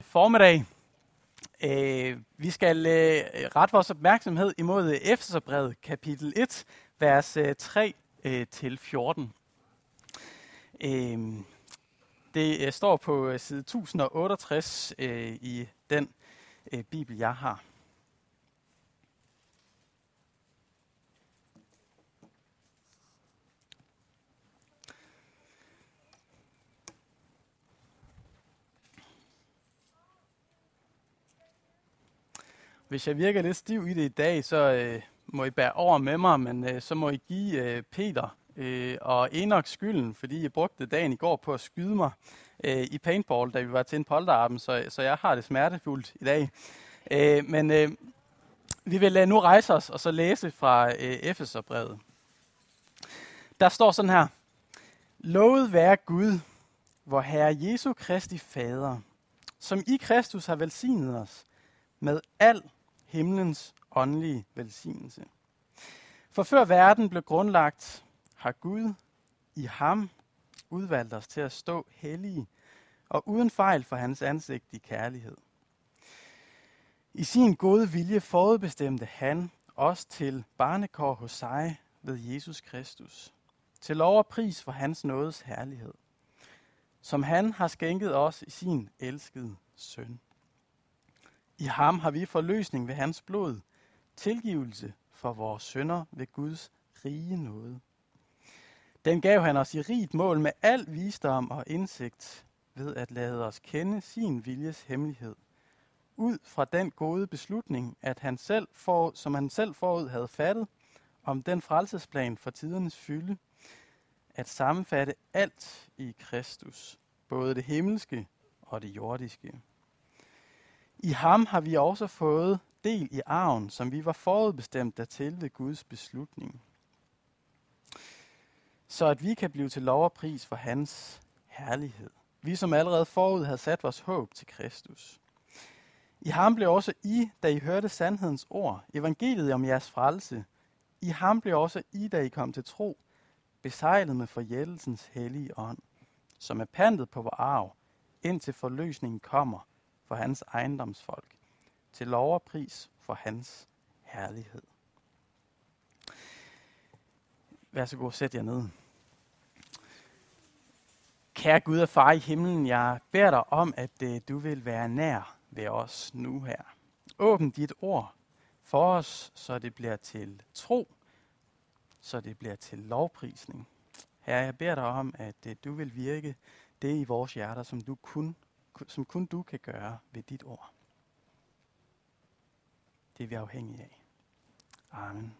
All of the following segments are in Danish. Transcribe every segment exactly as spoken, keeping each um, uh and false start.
formiddag. Øh, vi skal øh, rette vores opmærksomhed imod Efeserbrevet kapitel et, vers øh, tre til fjorten. Øh, det øh, står på øh, side tusind otteogtres øh, i den øh, bibel, jeg har. Hvis jeg virker lidt stiv i det i dag, så øh, må I bære over med mig, men øh, så må I give øh, Peter øh, og Enoch skylden, fordi jeg brugte dagen i går på at skyde mig øh, i paintball, da vi var til en polterappen, så, så jeg har det smertefuldt i dag. Øh, men øh, vi vil øh, nu rejse os og så læse fra øh, Efeserbrevet. Der står sådan her: Lovet være Gud, vor Herre Jesu Kristi Fader, som i Kristus har velsignet os med al himlens åndelige velsignelse. For før verden blev grundlagt, har Gud i ham udvalgt os til at stå hellige og uden fejl for hans ansigt i kærlighed. I sin gode vilje forudbestemte han os til barnekår hos sig ved Jesus Kristus, til lov og pris for hans nådes herlighed, som han har skænket os i sin elskede søn. I ham har vi forløsning ved hans blod, tilgivelse for vores synder ved Guds rige nåde. Den gav han os i rigt mål med al visdom og indsigt ved at lade os kende sin viljes hemmelighed, ud fra den gode beslutning, at han selv for, som han selv forud havde fattet, om den frelsesplan for tidernes fylde, at sammenfatte alt i Kristus, både det himmelske og det jordiske. I ham har vi også fået del i arven, som vi var forudbestemt dertil ved Guds beslutning, så at vi kan blive til lov og pris for hans herlighed. Vi som allerede forud havde sat vores håb til Kristus. I ham blev også I, da I hørte sandhedens ord, evangeliet om jeres frelse. I ham blev også I, da I kom til tro, besejlet med forjættelsens hellige ånd, som er pantet på vor arv, indtil forløsningen kommer for hans ejendomsfolk, til lov og pris for hans herlighed. Vær så god, sæt jer ned. Kære Gud og Far i himlen, jeg beder dig om, at uh, du vil være nær ved os nu her. Åbn dit ord for os, så det bliver til tro, så det bliver til lovprisning. Herre, jeg beder dig om, at uh, du vil virke det i vores hjerter, som du kun som kun du kan gøre ved dit ord. Det er vi afhængige af. Amen.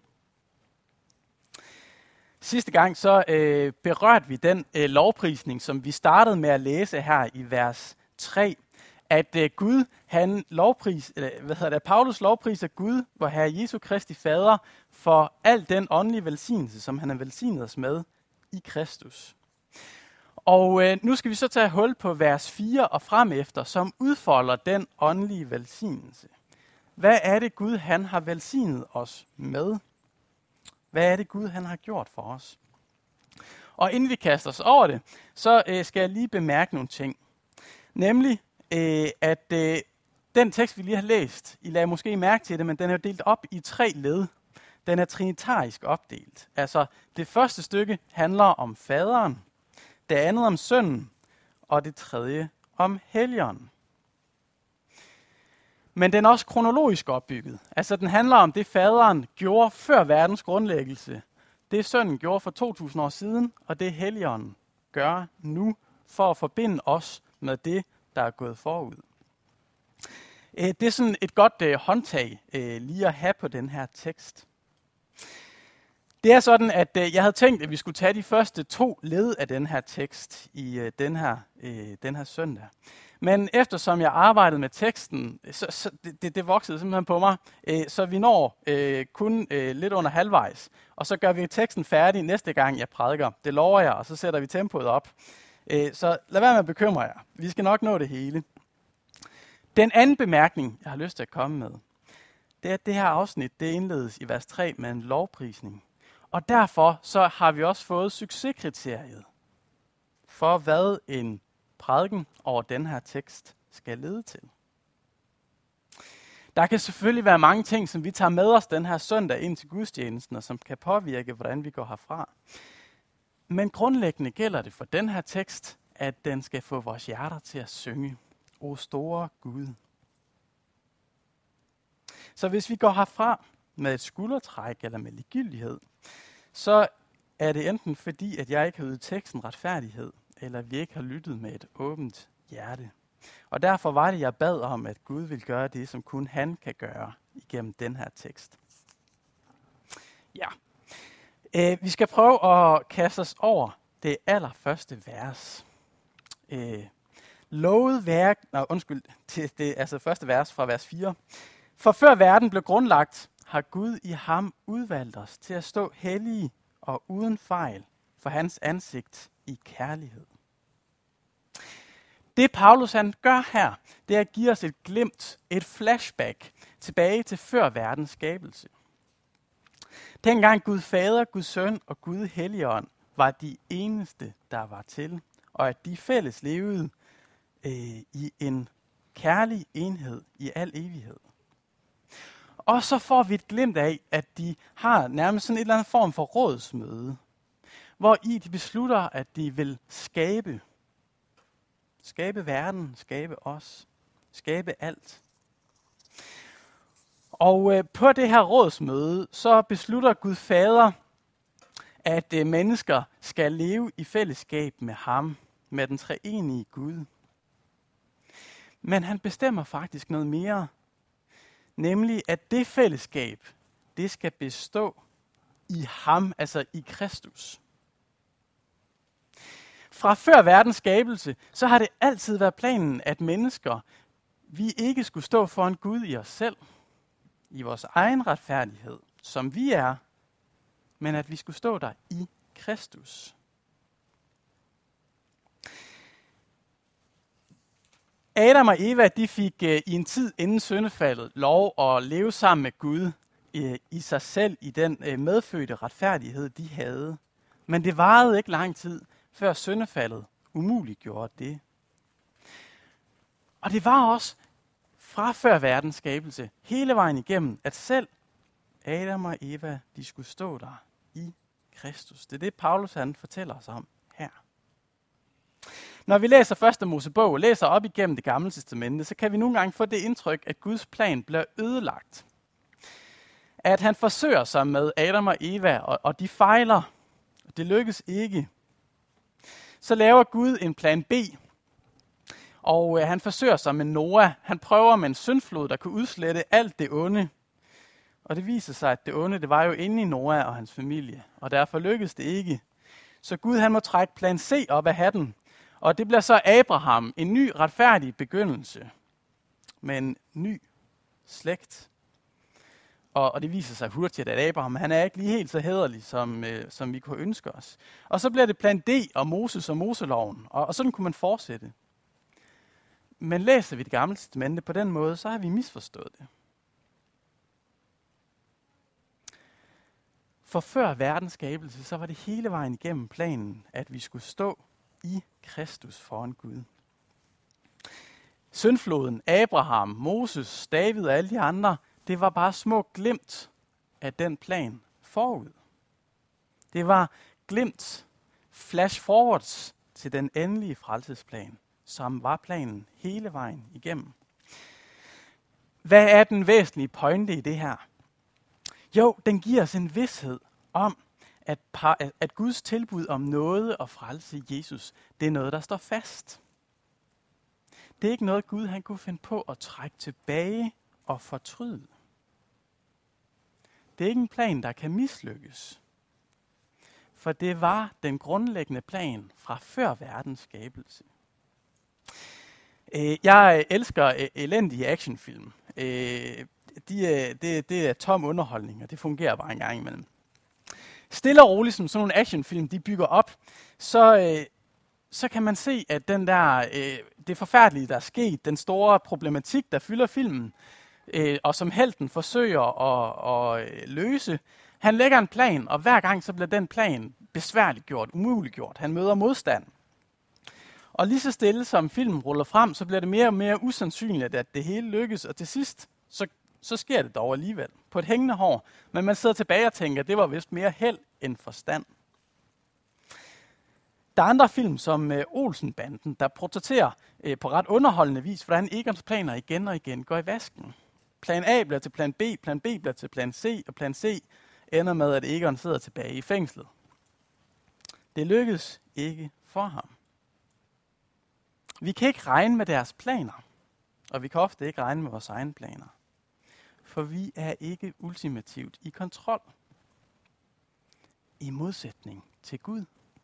Sidste gang så øh, berørte vi den øh, lovprisning, som vi startede med at læse her i vers tre, at øh, Gud, han lovpris, eller, hvad hedder det, Paulus lovpriser Gud, hvor Herre Jesu Kristi Fader, for al den åndelige velsignelse, som han har velsignet os med i Kristus. Og øh, nu skal vi så tage hul på vers fire og frem efter, som udfolder den åndelige velsignelse. Hvad er det Gud, han har velsignet os med? Hvad er det Gud, han har gjort for os? Og inden vi kaster os over det, så øh, skal jeg lige bemærke nogle ting. Nemlig, øh, at øh, den tekst, vi lige har læst, I lagde måske mærke til det, men den er delt op i tre led. Den er trinitarisk opdelt. Altså, det første stykke handler om faderen, det andet om sønnen, og det tredje om Helligånden. Men den er også kronologisk opbygget. Altså den handler om det, faderen gjorde før verdens grundlæggelse. Det sønnen gjorde for to tusind år siden, og det Helligånden gør nu for at forbinde os med det, der er gået forud. Det er sådan et godt håndtag lige at have på den her tekst. Det er sådan, at øh, jeg havde tænkt, at vi skulle tage de første to led af den her tekst i øh, den, her, øh, den her søndag. Men eftersom jeg arbejdede med teksten, så, så det, det, det voksede simpelthen på mig, øh, så vi når øh, kun øh, lidt under halvvejs. Og så gør vi teksten færdig næste gang, jeg prædiker. Det lover jeg, og så sætter vi tempoet op. Øh, så lad være med at bekymre jer. Vi skal nok nå det hele. Den anden bemærkning, jeg har lyst til at komme med, det er, at det her afsnit, det indledes i vers tre med en lovprisning. Og derfor så har vi også fået succeskriteriet for, hvad en prædiken over den her tekst skal lede til. Der kan selvfølgelig være mange ting, som vi tager med os den her søndag ind til gudstjenesten, og som kan påvirke, hvordan vi går herfra. Men grundlæggende gælder det for den her tekst, at den skal få vores hjerter til at synge. O store Gud. Så hvis vi går herfra med et skuldertræk eller med ligegyldighed, så er det enten fordi, at jeg ikke har ydet teksten retfærdighed, eller vi ikke har lyttet med et åbent hjerte. Og derfor var det, jeg bad om, at Gud vil gøre det, som kun han kan gøre igennem den her tekst. Ja. Øh, vi skal prøve at kaste os over det allerførste vers. Øh, lovet værk, nej, undskyld, til det altså første vers fra vers fire. For før verden blev grundlagt, har Gud i ham udvalgt os til at stå hellige og uden fejl for hans ansigt i kærlighed. Det Paulus han gør her, det er at give os et glimt, et flashback tilbage til før verdens skabelse. Dengang Gud Fader, Gud Søn og Gud Helligånd var de eneste, der var til, og at de fælles levede øh, i en kærlig enhed i al evighed. Og så får vi et glimt af, at de har nærmest sådan et eller andet form for rådsmøde, hvor i de beslutter, at de vil skabe. Skabe verden, skabe os, skabe alt. Og øh, på det her rådsmøde, så beslutter Gud Fader, at øh, mennesker skal leve i fællesskab med ham, med den treenige Gud. Men han bestemmer faktisk noget mere, nemlig at det fællesskab, det skal bestå i ham, altså i Kristus. Fra før verdens skabelse, så har det altid været planen, at mennesker, vi ikke skulle stå foran Gud i os selv, i vores egen retfærdighed, som vi er, men at vi skulle stå der i Kristus. Adam og Eva, de fik uh, i en tid inden syndefaldet lov at leve sammen med Gud uh, i sig selv, i den uh, medfødte retfærdighed, de havde. Men det varede ikke lang tid, før syndefaldet umuliggjorde det. Og det var også fra før verdens skabelse, hele vejen igennem, at selv Adam og Eva, de skulle stå der i Kristus. Det er det, Paulus han fortæller os om her. Når vi læser første Mosebog og læser op igennem det gamle testamente, så kan vi nogle gange få det indtryk, at Guds plan bliver ødelagt. At han forsøger sig med Adam og Eva, og, og de fejler. Det lykkes ikke. Så laver Gud en plan B, og øh, han forsøger sig med Noah. Han prøver med en syndflod, der kunne udslette alt det onde. Og det viser sig, at det onde, det var jo inde i Noah og hans familie, og derfor lykkedes det ikke. Så Gud han må trække plan C op af hatten, og det bliver så Abraham, en ny retfærdig begyndelse med en ny slægt. Og, og det viser sig hurtigt, at Abraham han er ikke lige helt så hæderlig, som, øh, som vi kunne ønske os. Og så bliver det plan D og Moses og Moseloven, og, og sådan kunne man fortsætte. Men læser vi det gamle testamente på den måde, så har vi misforstået det. For før verdens skabelse, så var det hele vejen igennem planen, at vi skulle stå i Kristus foran Gud. Syndfloden, Abraham, Moses, David og alle de andre, det var bare små glimt af den plan forud. Det var glimt, flash forwards til den endelige frelsesplan, som var planen hele vejen igennem. Hvad er den væsentlige pointe i det her? Jo, den giver os en vished om, at, par, at Guds tilbud om nåde og frelse i Jesus, det er noget, der står fast. Det er ikke noget, Gud han kunne finde på at trække tilbage og fortryde. Det er ikke en plan, der kan mislykkes. For det var den grundlæggende plan fra før verdens skabelse. Jeg elsker elendige actionfilm. De er, det, det er tom underholdning, og det fungerer bare en gang imellem. Stille og roligt, som sådan nogle actionfilm, de bygger op, så, så kan man se, at den der, det forfærdelige, der er sket, den store problematik, der fylder filmen, og som helten forsøger at, at løse, han lægger en plan, og hver gang så bliver den plan besværligt gjort, umuligt gjort. Han møder modstand. Og lige så stille som filmen ruller frem, så bliver det mere og mere usandsynligt, at det hele lykkes, og til sidst så så sker det dog alligevel. På et hængende hår. Men man sidder tilbage og tænker, det var vist mere held end forstand. Der er andre film som øh, Olsenbanden, der portrætterer øh, på ret underholdende vis, hvordan Egons planer igen og igen går i vasken. Plan A bliver til plan B, plan B bliver til plan C, og plan C ender med, at Egon sidder tilbage i fængslet. Det lykkes ikke for ham. Vi kan ikke regne med deres planer, og vi kan ofte ikke regne med vores egne planer. For vi er ikke ultimativt i kontrol. I modsætning til Gud.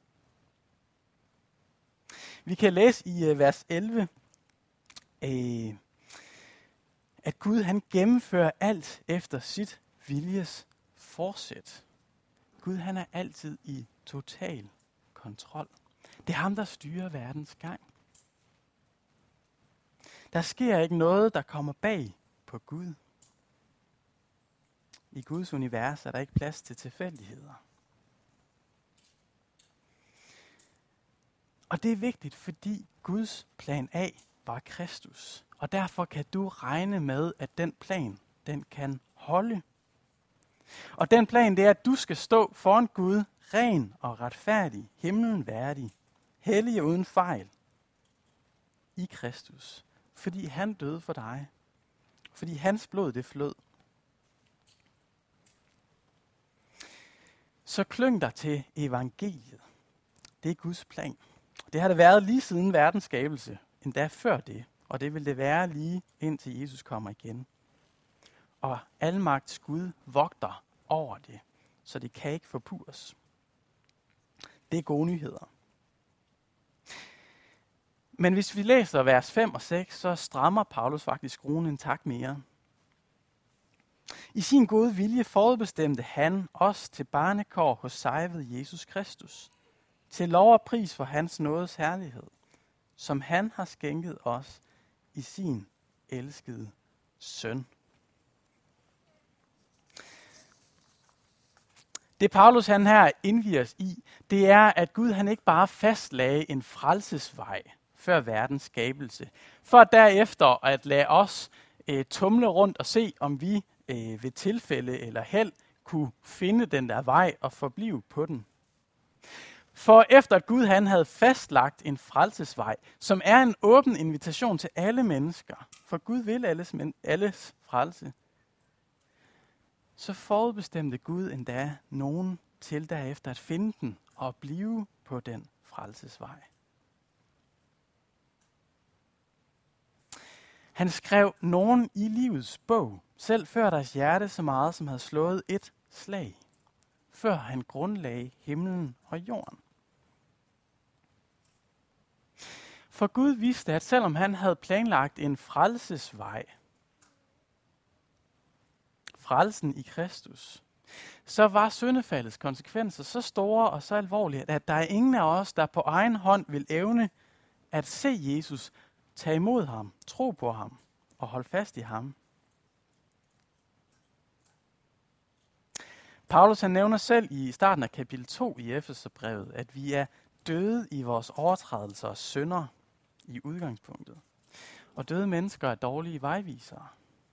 Vi kan læse i uh, vers elleve, uh, at Gud han gennemfører alt efter sit viljes forsæt. Gud han er altid i total kontrol. Det er ham, der styrer verdens gang. Der sker ikke noget, der kommer bag på Gud. I Guds univers er der ikke plads til tilfældigheder. Og det er vigtigt, fordi Guds plan A var Kristus. Og derfor kan du regne med, at den plan, den kan holde. Og den plan, det er, at du skal stå foran Gud, ren og retfærdig, himlen værdig, hellig og uden fejl, i Kristus. Fordi han døde for dig. Fordi hans blod, det flød. Så klyng dig til evangeliet. Det er Guds plan. Det har det været lige siden verdens skabelse, endda før det. Og det vil det være lige indtil Jesus kommer igen. Og almagts Gud vogter over det, så det kan ikke forpurres. Det er gode nyheder. Men hvis vi læser vers fem og seks, så strammer Paulus faktisk skruen en tak mere. I sin gode vilje forudbestemte han os til barnekår hos sig ved Jesus Kristus, til lov og pris for hans nådes herlighed, som han har skænket os i sin elskede søn. Det Paulus han her indviger os i, det er, at Gud han ikke bare fastlagde en frelsesvej før verdens skabelse, for derefter at lade os øh, tumle rundt og se, om vi øh, ved tilfælde eller held kunne finde den der vej og forblive på den. For efter at Gud han havde fastlagt en frelsesvej, som er en åben invitation til alle mennesker, for Gud vil alles, men, alles frelse, så forudbestemte Gud endda nogen til derefter at finde den og blive på den frelsesvej. Han skrev nogen i livets bog, selv før deres hjerte så meget, som havde slået et slag, før han grundlagde himlen og jorden. For Gud vidste, at selvom han havde planlagt en frelsesvej, frelsen i Kristus, så var syndefaldets konsekvenser så store og så alvorlige, at der er ingen af os, der på egen hånd vil evne at se Jesus, tage imod ham, tro på ham og holde fast i ham. Paulus han nævner selv i starten af kapitel to i Efeserbrevet, at vi er døde i vores overtrædelser og synder i udgangspunktet. Og døde mennesker er dårlige vejvisere.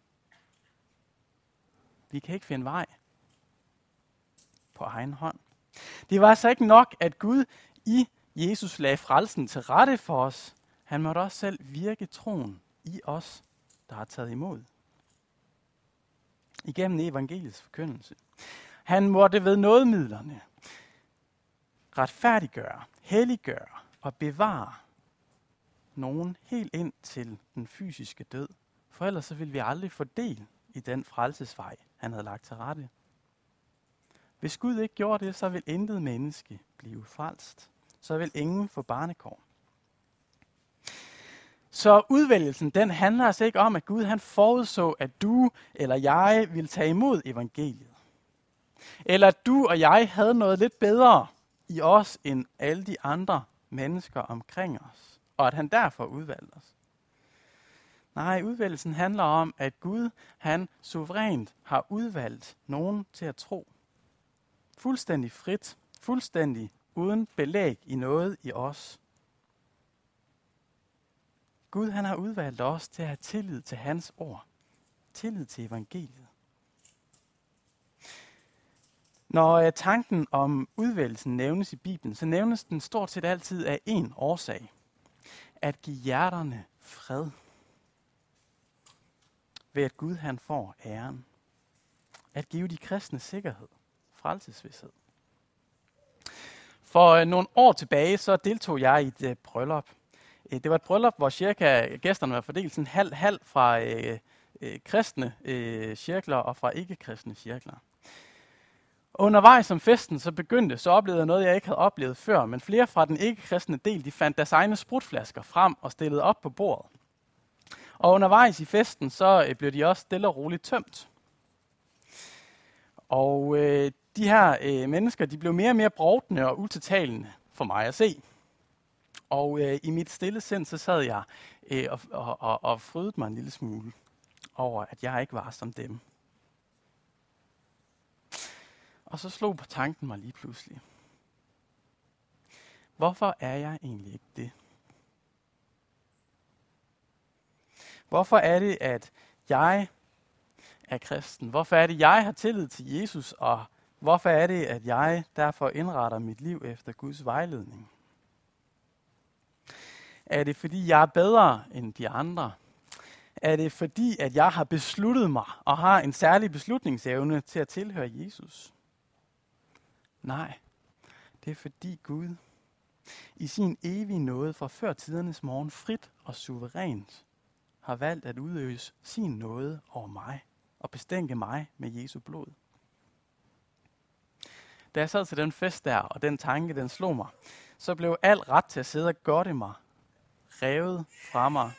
Vi kan ikke finde vej på egen hånd. Det var altså ikke nok, at Gud i Jesus lagde frelsen til rette for os. Han måtte også selv virke troen i os, der har taget imod. Igennem evangeliets forkyndelse. Han måtte ved nådemidlerne retfærdiggøre, helliggøre og bevare nogen helt ind til den fysiske død. For ellers så ville vi aldrig få del i den frelsesvej, han havde lagt til rette. Hvis Gud ikke gjorde det, så vil intet menneske blive frelst. Så vil ingen få barnekår. Så udvælgelsen, den handler altså ikke om, at Gud han forudså, at du eller jeg ville tage imod evangeliet. Eller at du og jeg havde noget lidt bedre i os end alle de andre mennesker omkring os. Og at han derfor udvalgte os. Nej, udvælgelsen handler om, at Gud han suverænt har udvalgt nogen til at tro. Fuldstændig frit, fuldstændig uden belæg i noget i os. Gud han har udvalgt os til at have tillid til hans ord. tillid til evangeliet. Når tanken om udvælgelsen nævnes i Bibelen, så nævnes den stort set altid af én årsag. At give hjerterne fred. Ved at Gud han får æren. At give de kristne sikkerhed. Frelsesvished. For nogle år tilbage, så deltog jeg i et uh, bryllup. Det var et bryllup, hvor cirka gæsterne var fordelt sådan halv-halv fra øh, øh, kristne øh, cirkler og fra ikke-kristne cirkler. Undervejs som festen så begyndte, så oplevede jeg noget, jeg ikke havde oplevet før, men flere fra den ikke-kristne del, de fandt deres egne sprutflasker frem og stillede op på bordet. Og undervejs i festen, så øh, blev de også stille og roligt tømt. Og øh, de her øh, mennesker, de blev mere og mere brovtende og utiltalende for mig at se. Og øh, i mit stille sind, så sad jeg øh, og, og, og, og frydede mig en lille smule over, at jeg ikke var som dem. Og så slog på tanken mig lige pludselig. Hvorfor er jeg egentlig ikke det? Hvorfor er det, at jeg er kristen? Hvorfor er det, jeg har tillid til Jesus? Og hvorfor er det, at jeg derfor indretter mit liv efter Guds vejledning? Er det, fordi jeg er bedre end de andre? Er det, fordi at jeg har besluttet mig og har en særlig beslutningsevne til at tilhøre Jesus? Nej, det er fordi Gud i sin evige nåde fra før tidernes morgen frit og suverænt har valgt at udøve sin nåde over mig og bestænke mig med Jesu blod. Da jeg sad til den fest der, og den tanke, den slog mig, så blev al ret til at sidde og godte mig revet fra mig.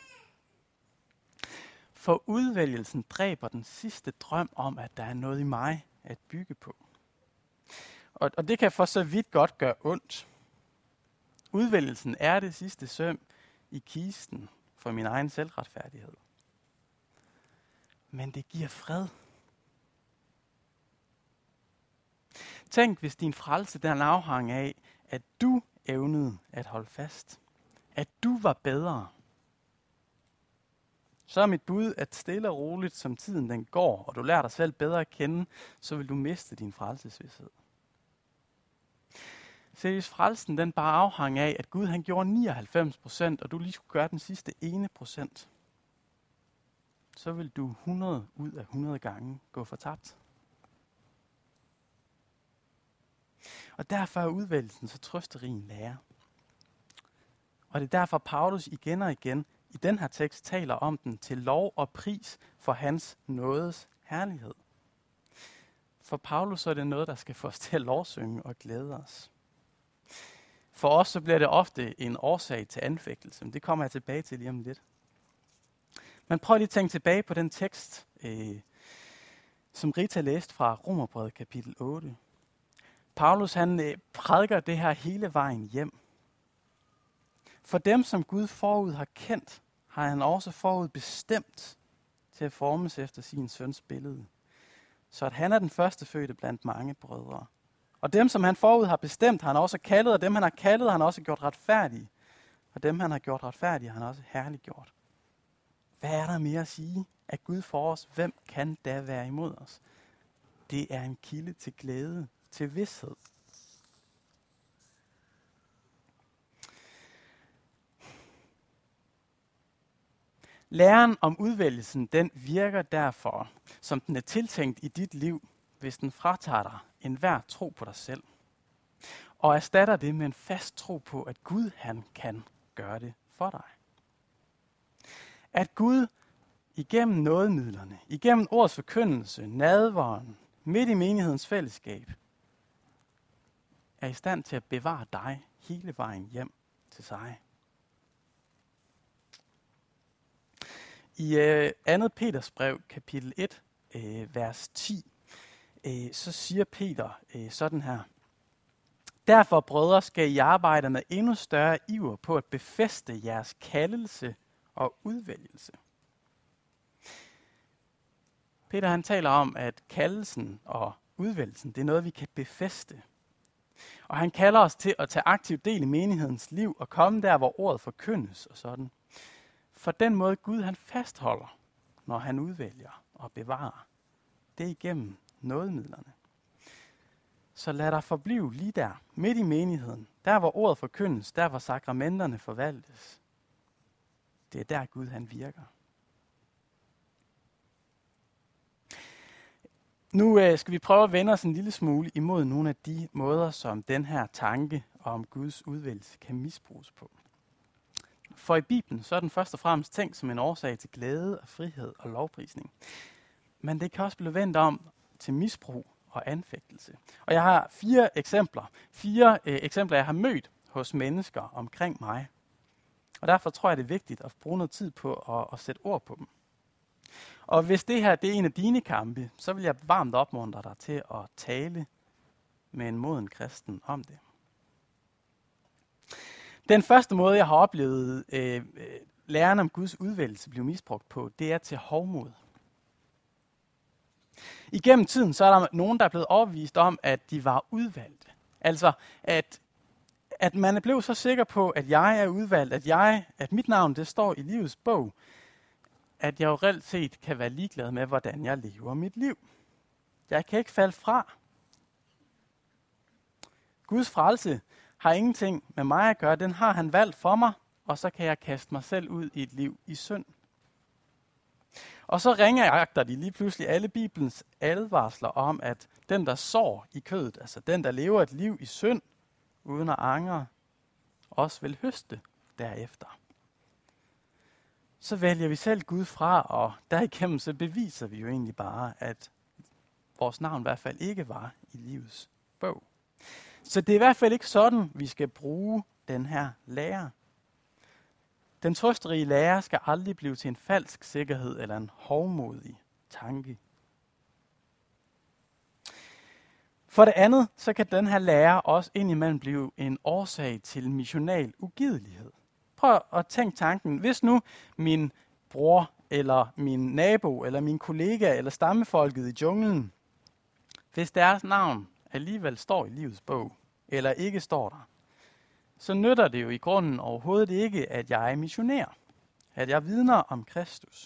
For udvælgelsen dræber den sidste drøm om, at der er noget i mig at bygge på. Og, og det kan for så vidt godt gøre ondt. Udvælgelsen er det sidste søm i kisten for min egen selvretfærdighed. Men det giver fred. Tænk, hvis din frelse den afhang af, at du evnede at holde fast. At du var bedre. Så er mit bud, at stille og roligt, som tiden den går, og du lærer dig selv bedre at kende, så vil du miste din frelsesvished. Så hvis frelsen den bare afhang af, at Gud han gjorde nioghalvfems procent, og du lige skulle gøre den sidste ene procent, så vil du hundrede ud af hundrede gange gå fortabt. Og derfor er udvælgelsen så trøsterig en lære. Og det er derfor, Paulus igen og igen i den her tekst taler om den til lov og pris for hans nådes herlighed. For Paulus så er det noget, der skal få os til at lovsynge og glæde os. For os så bliver det ofte en årsag til anfægtelse, men det kommer jeg tilbage til lige om lidt. Men prøv lige at tænke tilbage på den tekst, øh, som Rita læste fra Romerbrevet kapitel otte. Paulus han øh, prædiker det her hele vejen hjem. For dem, som Gud forud har kendt, har han også forud bestemt til at formes efter sin søns billede. Så at han er den første fødte blandt mange brødre. Og dem, som han forud har bestemt, har han også kaldet, og dem, han har kaldet, har han også gjort retfærdige. Og dem, han har gjort retfærdige, har han også herliggjort. Hvad er der mere at sige? At Gud for os, hvem kan da være imod os? Det er en kilde til glæde, til vished. Læren om udvælgelsen, den virker derfor, som den er tiltænkt i dit liv, hvis den fratager dig enhver tro på dig selv. Og erstatter det med en fast tro på, at Gud han kan gøre det for dig. At Gud igennem nådemidlerne, igennem ordets forkyndelse, nadveren, midt i menighedens fællesskab, er i stand til at bevare dig hele vejen hjem til sig. I øh, andet Peters brev, kapitel et, øh, vers ti, øh, så siger Peter øh, sådan her. Derfor, brødre, skal I arbejde med endnu større iver på at befæste jeres kaldelse og udvælgelse. Peter han taler om, at kaldelsen og udvælgelsen, det er noget, vi kan befæste. Og han kalder os til at tage aktiv del i menighedens liv og komme der, hvor ordet forkyndes og sådan. For den måde Gud han fastholder når han udvælger og bevarer. Det er igennem nådemidlerne. Så lad dig forblive lige der, midt i menigheden, der hvor ordet forkyndes, der hvor sakramenterne forvaltes. Det er der Gud han virker. Nu øh, skal vi prøve at vende os en lille smule imod nogle af de måder, som den her tanke om Guds udvælgelse kan misbruges på. For i Bibelen så er den først og fremmest tænkt som en årsag til glæde og frihed og lovprisning. Men det kan også blive vendt om til misbrug og anfægtelse. Og jeg har fire eksempler. Fire øh, eksempler, jeg har mødt hos mennesker omkring mig. Og derfor tror jeg, det er vigtigt at bruge noget tid på at, at sætte ord på dem. Og hvis det her det er en af dine kampe, så vil jeg varmt opmuntre dig til at tale med en moden kristen om det. Den første måde, jeg har oplevet øh, læren om Guds udvælgelse blive misbrugt på, det er til hovmod. Igennem tiden så er der nogen, der er blevet overbevist om, at de var udvalgte. Altså, at, at man er blevet så sikker på, at jeg er udvalgt, at, jeg, at mit navn det står i livets bog, at jeg jo reelt set kan være ligeglad med, hvordan jeg lever mit liv. Jeg kan ikke falde fra. Guds frelse har ingenting med mig at gøre. Den har han valgt for mig, og så kan jeg kaste mig selv ud i et liv i synd. Og så ringeagter de lige pludselig alle Bibelens advarsler om, at den, der sår i kødet, altså den, der lever et liv i synd, uden at angre, også vil høste derefter. Så vælger vi selv Gud fra, og derigennem så beviser vi jo egentlig bare, at vores navn i hvert fald ikke var i livets bog. Så det er i hvert fald ikke sådan, vi skal bruge den her lære. Den trøsterige lære skal aldrig blive til en falsk sikkerhed eller en hovmodig tanke. For det andet, så kan den her lære også indimellem blive en årsag til missional ugidelighed. Prøv at tænke tanken. Hvis nu min bror, eller min nabo, eller min kollega, eller stammefolket i junglen, hvis deres navn alligevel står i livets bog, eller ikke står der, så nytter det jo i grunden overhovedet ikke, at jeg er missionær. At jeg vidner om Kristus.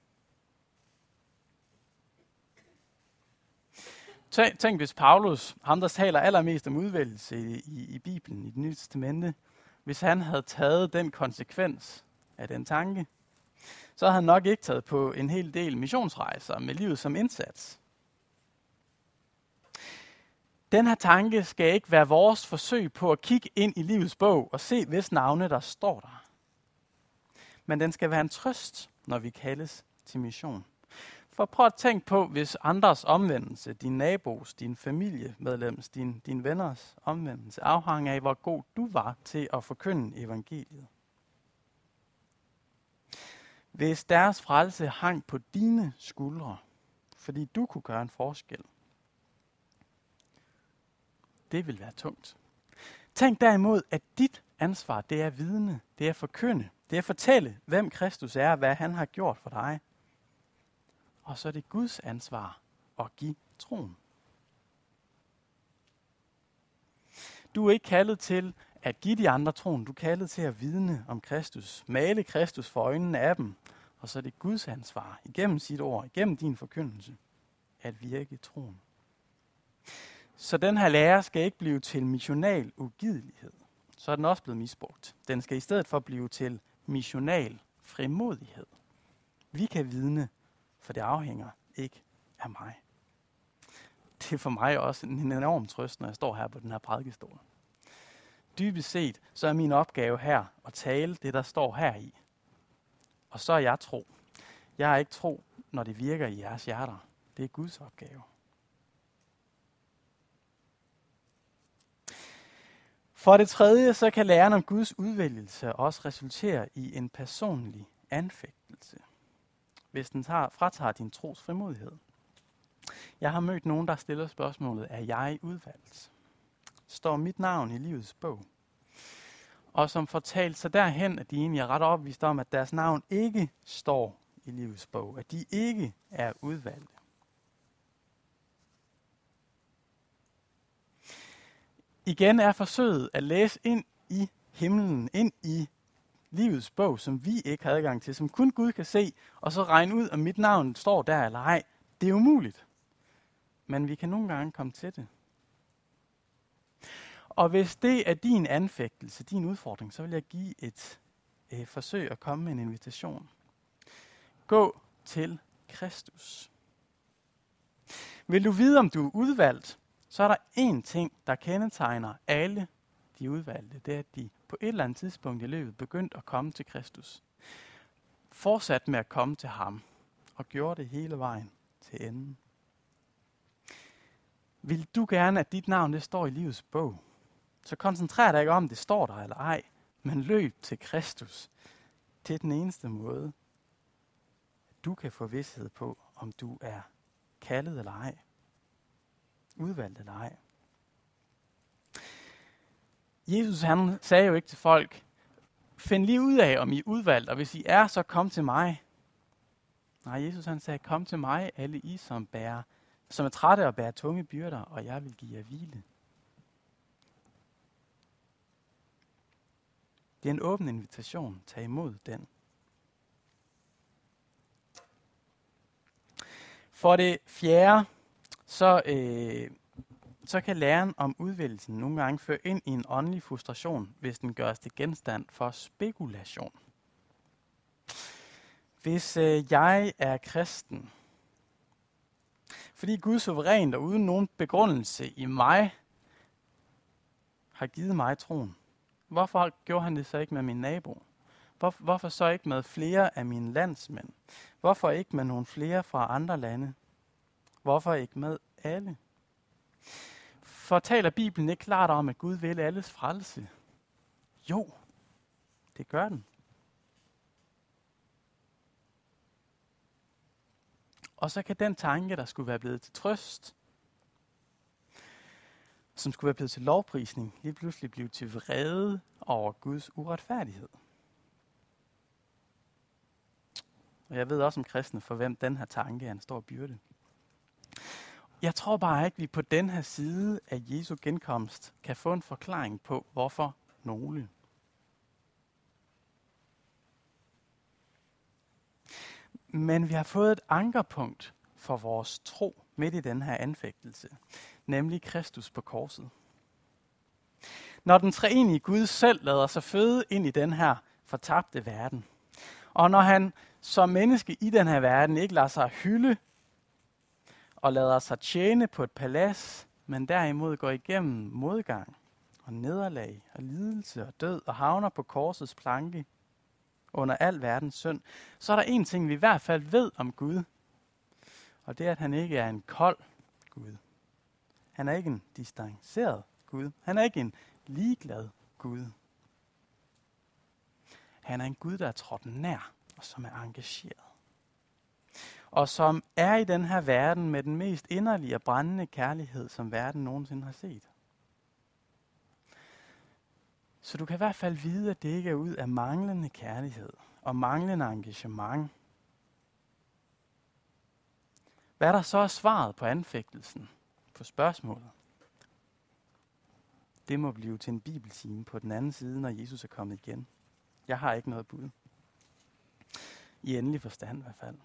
Tænk, tænk hvis Paulus, ham der taler allermest om udvælgelse i, i Bibelen, i Det Nye Testamente, hvis han havde taget den konsekvens af den tanke, så havde han nok ikke taget på en hel del missionsrejser med livet som indsats. Den her tanke skal ikke være vores forsøg på at kigge ind i livets bog og se, hvis navne der står der. Men den skal være en trøst, når vi kaldes til mission. For prøv at tænke på, hvis andres omvendelse, din nabos, din familiemedlems, din, din venners omvendelse, afhang af, hvor god du var til at forkynde evangeliet. Hvis deres frelse hang på dine skuldre, fordi du kunne gøre en forskel, det vil være tungt. Tænk derimod, at dit ansvar, det er at vidne, det er at forkynde, det er at fortælle, hvem Kristus er, og hvad han har gjort for dig. Og så er det Guds ansvar at give troen. Du er ikke kaldet til at give de andre troen, du er kaldet til at vidne om Kristus, male Kristus for øjnene af dem, og så er det Guds ansvar, igennem sit ord, igennem din forkyndelse, at virke troen. Så den her lære skal ikke blive til missional ugidelighed. Så er den også blevet misbrugt. Den skal i stedet for blive til missional frimodighed. Vi kan vidne, for det afhænger ikke af mig. Det er for mig også en enorm trøst, når jeg står her på den her prædikestol. Dybest set, så er min opgave her at tale det, der står her i. Og så er jeg tro. Jeg er ikke tro, når det virker i jeres hjerter. Det er Guds opgave. For det tredje, så kan læren om Guds udvælgelse også resultere i en personlig anfægtelse, hvis den tager, fratager din tros frimodighed. Jeg har mødt nogen, der stiller spørgsmålet, er jeg udvalgt? Står mit navn i livets bog? Og som fortalt sig derhen, at de egentlig er ret overbevist om, at deres navn ikke står i livets bog, at de ikke er udvalgte. Igen er forsøget at læse ind i himlen, ind i livets bog, som vi ikke har adgang til, som kun Gud kan se, og så regne ud, om mit navn står der eller ej. Det er umuligt. Men vi kan nogle gange komme til det. Og hvis det er din anfægtelse, din udfordring, så vil jeg give et øh, forsøg at komme med en invitation. Gå til Kristus. Vil du vide, om du er udvalgt, så er der én ting, der kendetegner alle de udvalgte. Det er, at de på et eller andet tidspunkt i løbet begyndte at komme til Kristus. Fortsat med at komme til ham, og gjorde det hele vejen til enden. Vil du gerne, at dit navn det står i livets bog, så koncentrer dig ikke om, det står der eller ej, men løb til Kristus. Det er den eneste måde, du kan få vished på, om du er kaldet eller ej. Udvalgt eller ej. Jesus han sagde jo ikke til folk, find lige ud af, om I er udvalgt, og hvis I er, så kom til mig. Nej, Jesus han sagde, kom til mig, alle I, som, bærer, som er trætte og bærer tunge byrder, og jeg vil give jer hvile. Det er en åben invitation. Tag imod den. For det fjerde, så, øh, så kan læren om udvælgelsen nogle gange føre ind i en åndelig frustration, hvis den gøres til genstand for spekulation. Hvis øh, jeg er kristen, fordi Gud suverænt og uden nogen begrundelse i mig har givet mig troen, hvorfor gjorde han det så ikke med min nabo? Hvor, hvorfor så ikke med flere af mine landsmænd? Hvorfor ikke med nogle flere fra andre lande? Hvorfor ikke med alle? Fortæller Bibelen ikke klart om, at Gud vil alles frelse? Jo, det gør den. Og så kan den tanke, der skulle være blevet til trøst, som skulle være blevet til lovprisning, lige pludselig blive til vrede over Guds uretfærdighed. Og jeg ved også om kristne, for hvem den her tanke er en stor byrde. Jeg tror bare ikke, at vi på den her side af Jesu genkomst kan få en forklaring på, hvorfor nogle. Men vi har fået et ankerpunkt for vores tro midt i den her anfægtelse, nemlig Kristus på korset. Når den treenige Gud selv lader sig føde ind i den her fortabte verden, og når han som menneske i den her verden ikke lader sig hylde og lader sig tjene på et palads, men derimod går igennem modgang og nederlag og lidelse og død og havner på korsets planke under al verdens synd, så er der en ting, vi i hvert fald ved om Gud, og det er, at han ikke er en kold Gud. Han er ikke en distanceret Gud. Han er ikke en ligeglad Gud. Han er en Gud, der er trådt nær, og som er engageret. Og som er i den her verden med den mest inderlige og brændende kærlighed, som verden nogensinde har set. Så du kan i hvert fald vide, at det ikke er ud af manglende kærlighed og manglende engagement. Hvad der så er svaret på anfægtelsen, på spørgsmålet? Det må blive til en bibeltime på den anden side, når Jesus er kommet igen. Jeg har ikke noget bud. I endelig forstand i hvert fald.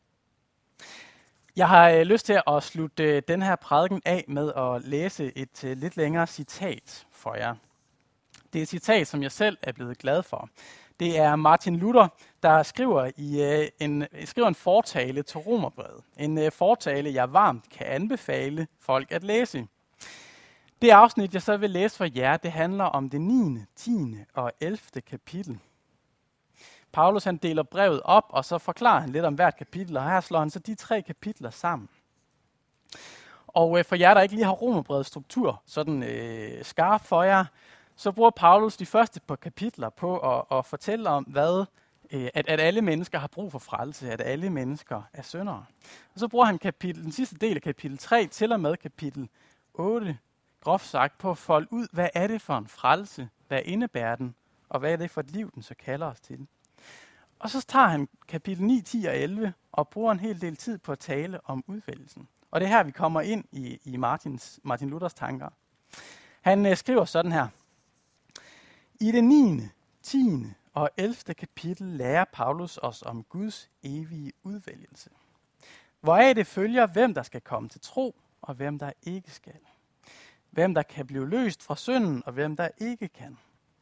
Jeg har øh, lyst til at slutte øh, den her prædiken af med at læse et øh, lidt længere citat for jer. Det er et citat, som jeg selv er blevet glad for. Det er Martin Luther, der skriver, i, øh, en, skriver en fortale til Romerbrevet. En øh, fortale, jeg varmt kan anbefale folk at læse. Det afsnit, jeg så vil læse for jer, det handler om det niende, tiende og ellevte kapitel. Paulus han deler brevet op, og så forklarer han lidt om hvert kapitel, og her slår han så de tre kapitler sammen. Og øh, for jer, der ikke lige har Romerbrevets struktur sådan øh, skarp for jer, så bruger Paulus de første par kapitler på at, at fortælle om, hvad, øh, at, at alle mennesker har brug for frelse, at alle mennesker er syndere. Og så bruger han kapitel, den sidste del af kapitel tre til og med kapitel otte, groft sagt, på at folde ud, hvad er det for en frelse, hvad indebærer den, og hvad er det for et liv, den så kalder os til. Og så tager han kapitel ni, ti og elleve og bruger en hel del tid på at tale om udvælgelsen. Og det er her, vi kommer ind i, i Martins, Martin Luthers tanker. Han øh, skriver sådan her. I det niende, tiende Og ellevte kapitel lærer Paulus os om Guds evige udvælgelse. Hvoraf det følger, hvem der skal komme til tro, og hvem der ikke skal. Hvem der kan blive løst fra synden, og hvem der ikke kan.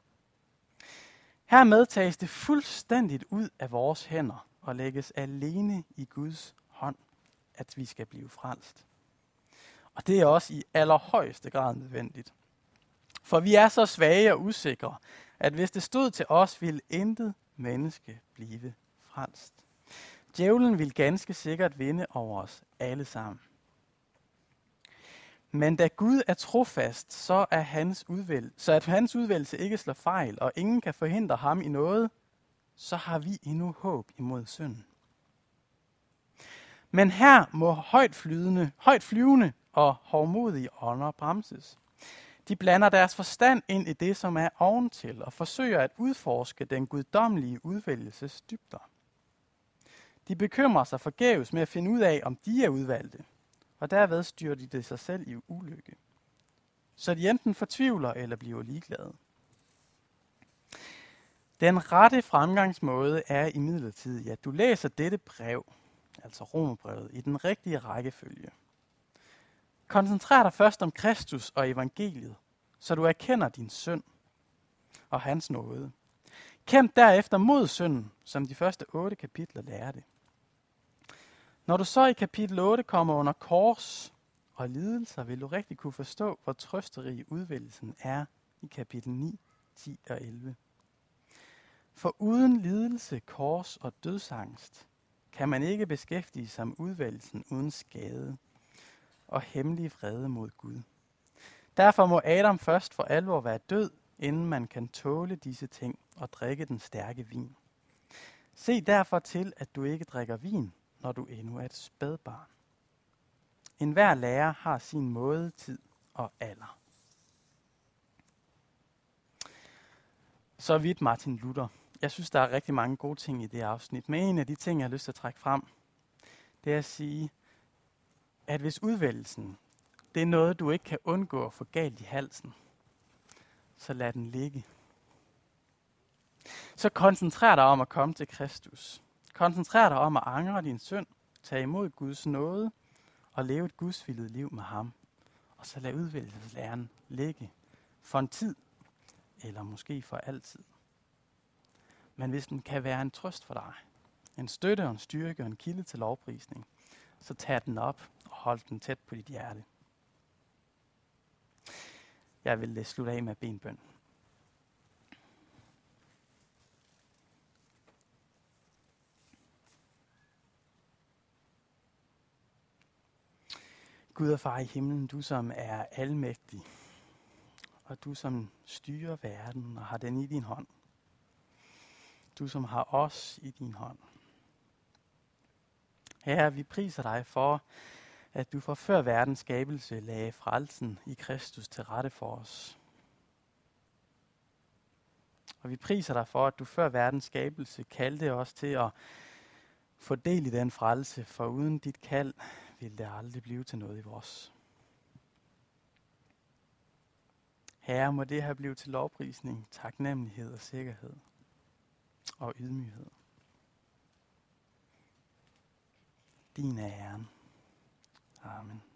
Hermed tages det fuldstændigt ud af vores hænder, og lægges alene i Guds hånd, at vi skal blive frelst. Og det er også i allerhøjeste grad nødvendigt. For vi er så svage og usikre, at hvis det stod til os, ville intet menneske blive frelst. Djævlen vil ganske sikkert vinde over os alle sammen. Men da Gud er trofast, så er hans udvælgelse, så at hans udvælgelse ikke slår fejl, og ingen kan forhindre ham i noget, så har vi endnu håb imod synden. Men her må højtflyvende, højtflyvende og hovmodige ånder bremses. De blander deres forstand ind i det, som er oventil, og forsøger at udforske den guddommelige udvælgelses dybder. De bekymrer sig forgæves med at finde ud af, om de er udvalgte, og derved styrer de det sig selv i ulykke. Så de enten fortvivler eller bliver ligeglade. Den rette fremgangsmåde er imidlertid, at du læser dette brev, altså Romerbrevet, i den rigtige rækkefølge. Koncentrer dig først om Kristus og evangeliet, så du erkender din synd og hans nåde. Kæmp derefter mod synden, som de første otte kapitler lærer det. Når du så i kapitel otte kommer under kors og lidelser, vil du rigtig kunne forstå, hvor trøsterig udvælgelsen er i kapitel ni, ti og elleve. For uden lidelse, kors og dødsangst kan man ikke beskæftige sig med udvælgelsen uden skade og hemmelig vrede mod Gud. Derfor må Adam først for alvor være død, inden man kan tåle disse ting og drikke den stærke vin. Se derfor til, at du ikke drikker vin, når du endnu er et spædbarn. En hver lærer har sin mådetid og alder. Så vidt Martin Luther. Jeg synes, der er rigtig mange gode ting i det afsnit. Men en af de ting, jeg har lyst til at trække frem, det er at sige, at hvis udvælgelsen, det er noget, du ikke kan undgå at få galt i halsen, så lad den ligge. Så koncentrer dig om at komme til Kristus. Koncentrer dig om at angre din synd, tage imod Guds nåde og leve et gudsvillet liv med ham. Og så lad udvælgelseslæren ligge for en tid, eller måske for altid. Men hvis den kan være en trøst for dig, en støtte og en styrke og en kilde til lovprisning, så tag den op og hold den tæt på dit hjerte. Jeg vil slutte af med benbøn. Gud og far i himlen, du som er almægtig, og du som styrer verden og har den i din hånd. Du som har os i din hånd. Herre, vi priser dig for, at du fra før verdens skabelse lagde frelsen i Kristus til rette for os. Og vi priser dig for, at du før verdens skabelse kaldte os til at få del i den frelse, for uden dit kald ville det aldrig blive til noget i vores. Herre, må det her blive til lovprisning, taknemmelighed og sikkerhed og ydmyghed. Din er Herren. Amen.